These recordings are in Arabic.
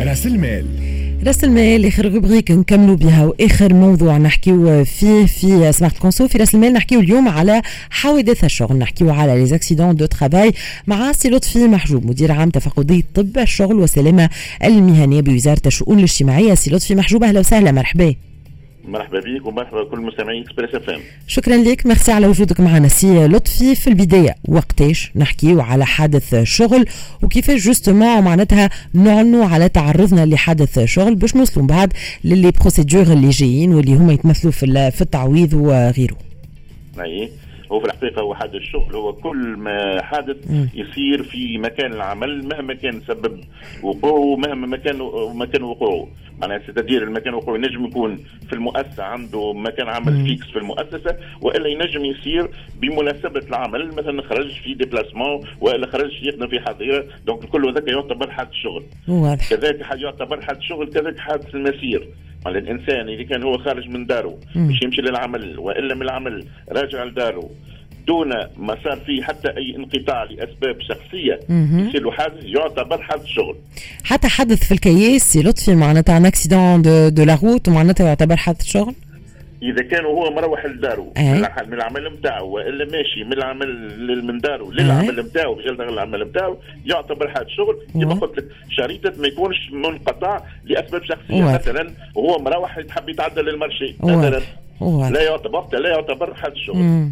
راس المال. راس المال اخر روبريك نكملوا بها واخر موضوع نحكيو فيه في سمارت كونسو في راس المال. نحكيو اليوم على حوادث الشغل، نحكيو على لي زاكسيدون دو ترافاي مع سي لطفي محجوب مدير عام تفقدي طب الشغل والسلامه المهنيه بوزاره الشؤون الاجتماعيه. سي لطفي محجوب اهلا وسهلا، مرحبا. مرحبا بك ومرحبا بكل مستمعين اكسبريس اف ام. شكرا لك، ميرسي على وجودك معنا. سي لطفي، في البدايه وقتاش نحكيو على حادث شغل وكيفاش جوستومون معناتها نعنوا على تعرضنا لحادث شغل باش نوصلوا بعد للي بروسيدور اللي جايين واللي هما يتمثلوا في التعويض وغيره. اي هو في الحقيقة هو حادث الشغل هو كل ما حادث يصير في مكان العمل مهما كان سبب وقوعه مهما مكان وقوعه. معناها ستدير المكان وقوعه ينجم يكون في المؤسسة عنده مكان عمل فيكس في المؤسسة، وإلا ينجم يصير بمناسبة العمل، مثلا خرج في ديبلاسمون وإلا خرج يخدم في حظيرة، دونك كل ذلك يعتبر حادث شغل. كذلك يعتبر حادث شغل، كذلك حادث المسير. على الإنسان إذا كان هو خارج من داره باش يمشي للعمل وإلا من العمل راجع لداره دون ما صار فيه حتى أي انقطاع لأسباب شخصية يصير له حادث يعتبر حادث شغل. حتى حدث في الكياس سي لطفي معناتها ان اكسيدون دو لا روت معناتها يعتبر حادث شغل إذا كان هو مروح لداره من العمل نتاعه وإلا ماشي من العمل من داره للعمل نتاعه باش يلتغي العمل نتاعه يعتبر حادث شغل. كما قلت لك شريطة ما يكونش منقطع لأسباب شخصية، مثلا وهو مروح يحب يتعدى للمرشي مثلا لا يعتبر حادث شغل.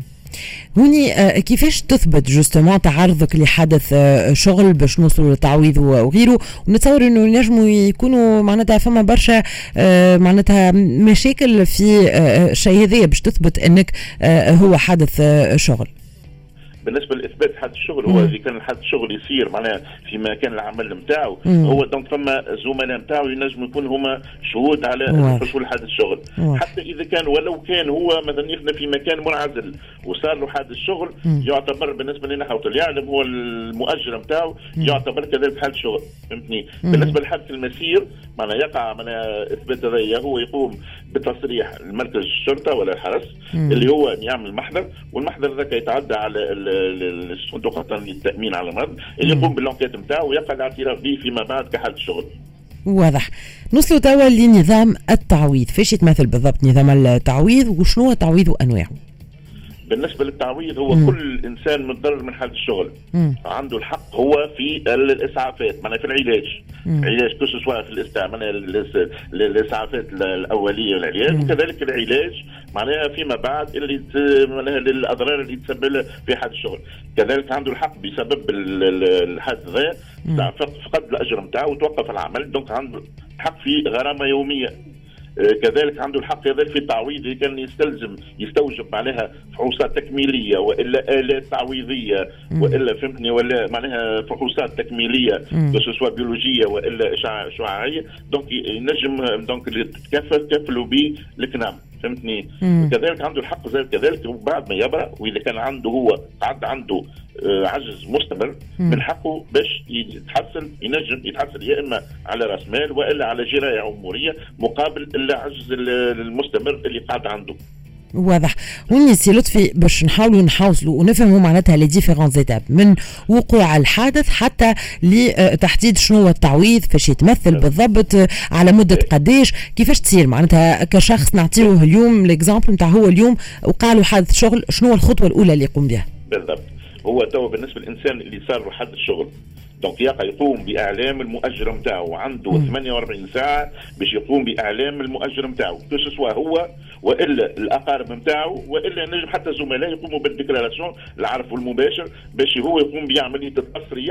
هوني كيفاش تثبت جوستومون تعرضك لحدث شغل باش نوصلوا للتعويض وغيره؟ ونتصور انه ينجموا يكونوا معناتها فما برشا معناتها مشاكل في الشيء هذايا باش تثبت انك هو حدث شغل. بالنسبه لاثبات حادث الشغل هو اذا كان حادث الشغل يصير معناها في مكان العمل نتاعو هو دونك فما زملاء نتاعو ينجم يكون هما شهود على حصول حادث الشغل. حتى اذا كان ولو كان هو مثلا يخدم في مكان منعزل وصار له حادث الشغل يعتبر بالنسبه لنا حوت يعلم هو المؤجر نتاعو يعتبر كذلك حادث شغل. فهمتني؟ بالنسبه لحادث المسير معناها يقع معناها اثبات هذا هو يقوم بتصريح المركز الشرطه ولا الحرس اللي هو يعمل محضر، والمحضر ذاك يتعدى على الصندوق الوطني للتامين على المرض اللي يقوم بالانكيت نتاعو ويقع الاعتراف به فيما بعد كحالة شغل. واضح. نوصلوا توا لنظام التعويض، فاش يتمثل بالضبط نظام التعويض وشنو هو التعويض وانواعه؟ بالنسبه للتعويض هو كل انسان متضرر من حاله الشغل عنده الحق هو في الاسعافات، معناها في العلاج. علاج كل سواء في معناها الاسعافات الاوليه والعلاج، وكذلك العلاج معناها فيما بعد اللي معناها للاضرار اللي تسبب في حاله الشغل. كذلك عنده الحق بسبب الحادث هذا فقد الاجر نتاعو وتوقف العمل، دونك عنده حق في غرامه يوميه. كذلك عنده الحق كذلك في التعويض إذا كان يستوجب عليها فحوصات تكميلية وإلا آلات تعويضية وإلا فهمتني ولا معناها فحوصات تكميلية سواء بيولوجية وإلا إشعاعية، دونك ينجم دونك اللي تكفلوا به الكنام. فهمتني؟ كذلك عنده الحق كذلك بعد ما يبرأ وإذا كان عنده هو قعد عنده عجز مستمر من حقه باش ينجم يتحصل يا إما على رأس مال وإلا على جراية عمورية مقابل العجز المستمر اللي قاعد عنده. واضح. وني سي لطفي باش نحاولوا ونفهموا معناتها لي ديفيرونس ايتاب من وقوع الحادث حتى لتحديد شنو هو التعويض، فاش يتمثل بالضبط، على مده قداش، كيفاش تصير معناتها كشخص نعطيه اليوم الاكزامبل نتاع هو اليوم وقع له حادث شغل، شنو الخطوه الاولى اللي يقوم بها؟ بالضبط. هو تو بالنسبه للانسان اللي صار له حادث شغل دونك يقوم باعلام المؤجر نتاعو، عنده 48 ساعه باش يقوم باعلام المؤجر نتاعو سواء هو والا الاقارب نتاعو والا نجم حتى زملاء يقوموا بالديكلاراسيون العرف والمباشر باش هو يقوم بعمليه التصريح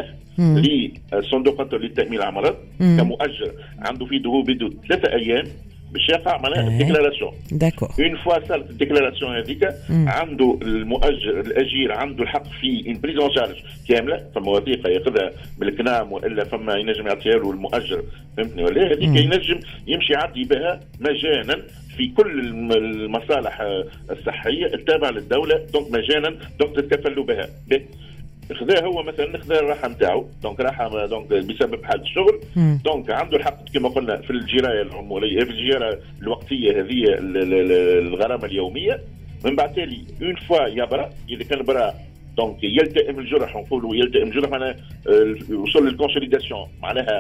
للصندوق الوطني للتامين على المرض كمؤجر عنده في بدو 3 ايام باش يقع معناها الديكلاراسيون. داكور. اون فوا صارت الديكلاراسيون هذيك عنده المؤجر الاجير عنده الحق في ان بريزون شارج كامله، فما وثيقه ياخذها بالكنام والا فما ينجم يعطيها له المؤجر. فهمتني ولا هذيك ينجم يمشي يعدي بها مجانا في كل المصالح الصحيه التابعه للدوله، دونك مجانا دونك تتكفل بها. خذا هو مثلا خذا الراحه نتاعو، دونك راحه دونك بسبب حاله الشغل، دونك عنده الحق كما قلنا في الجرايه العموليه في الجرايه الوقتيه هذه الغرامه اليوميه. من بعد تالي اون فوا يبرا اذا كان برا دونك يلتئم الجرح، نقولوا يلتئم الجرح معناها وصل للكونسوليداسيون معناها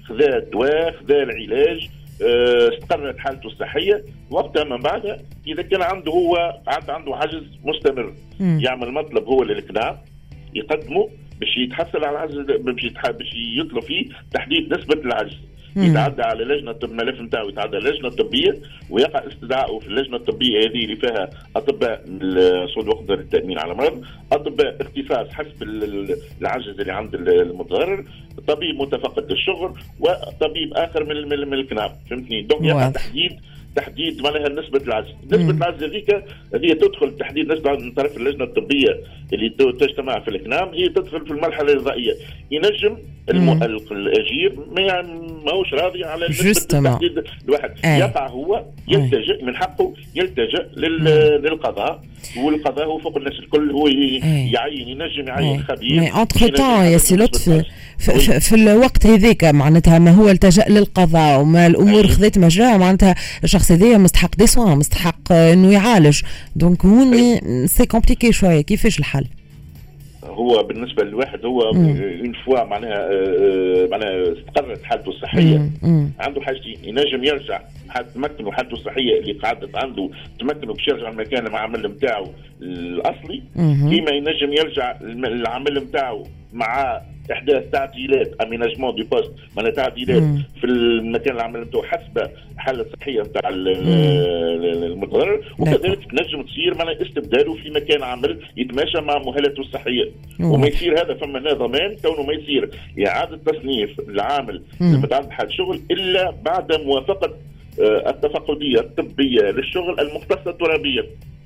خذا الدواء خذا العلاج، استقرت حالته الصحيه، وقتها من بعدها اذا كان عنده هو عنده عجز مستمر يعمل مطلب هو للإقناع يقدمه باش يتحصل على العجز، باش يطلب فيه تحديد نسبه العجز. يتعدى على لجنه الملف نتاعو يتعدى اللجنه الطبيه، ويقع استدعائه في اللجنه الطبيه هذه اللي فيها اطباء صندوق وقدر التامين على المرض، اطباء اختصاص حسب العجز اللي عند المتضرر، طبيب متفقد للشغل، وطبيب اخر من الكناب، فهمتني؟ دونك يقع تحديد معناها نسبة العجز. نسبة العجز هذه تدخل تحديد نسبة من طرف اللجنة الطبية اللي تجتمع في الإكنام، هي تدخل في المرحلة الإرضائية. ينجم الأجير ماهوش راضي على نسبة التحديد الواحد، يقع هو يلتجئ من حقه يلتجئ للقضاء، والقضاء هو فوق الناس الكل، هو يعين ينجم يعين خبير. entre temps يا سي لطفي في الوقت هذاك معناتها ما هو التجأ للقضاء وما الامور خذت مجراها، معناتها الشخص هذايا مستحق دي سوان، مستحق انه يعالج، دونك هوني سي كومبليكي شويه. كيفاش الحل؟ هو بالنسبه للواحد هو اون فوا معناها استقرت حالته الصحيه، عنده حاجتين: ينجم يرجع تمكنه حالته الصحيه اللي قعدت عنده، تمكنه باش يرجع المكان العمل نتاعو الاصلي، كيما ينجم يرجع العمل نتاعو مع احداث تعديلات اميناجمون دي بوست، معناها تعديلات في المكان العمل نتاعو حسب الحاله الصحيه نتاع المتضرر، وكذلك تنجم تصير معناها استبداله في مكان عمل يتماشى مع مؤهلاته الصحيه. وما يصير هذا فما ضمان كونه ما يصير اعاده تصنيف العامل المتعدد حال الشغل الا بعد موافقه التفقديه الطبيه للشغل المختصه ترابيا.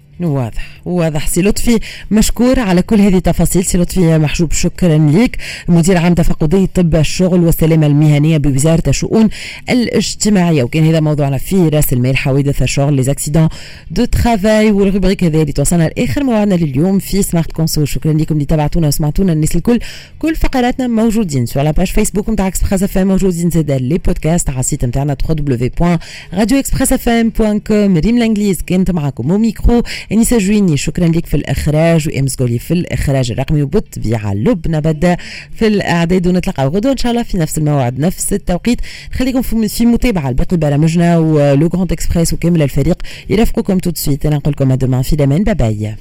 واضح سي لطفي، مشكور على كل هذه التفاصيل. سي لطفي محجوب، شكرا لك، مدير عام تفقدي طب الشغل والسلامه المهنيه بوزاره الشؤون الاجتماعيه. وكان هذا موضوعنا في راس المال، حوادث الشغل، لي اكسيدون دو ترافاي، والروبريك هذه اللي توصلنا لاخر موعدنا لليوم في سمارت كونسو. شكرا لكم اللي تابعتونا وسمعتونا الناس الكل. كل فقراتنا موجودين سور لا باج فيسبوك نتاع اكسبريس اف ام، موجودين زاد لي بودكاست على السيت نتاعنا www.radioexpressfm.com. ريم الانجليز كانت معكم au ميكرو، انيسه جويني. شكرا لك في الاخراج، وامس قولي في الاخراج الرقمي، وبالطبيعه لبنى بدا في الاعداد. ونتلقى غدوه ان شاء الله في نفس الموعد نفس التوقيت. خليكم في متابعه لباقي برامجنا، ولو غراند اكسبريس وكامل الفريق يرافقكم تو سويت. انا نقول لكم دومان في الامان، باي.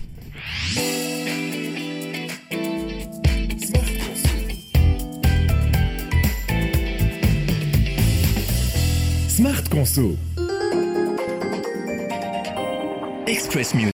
سمارت كونسو. Express Music.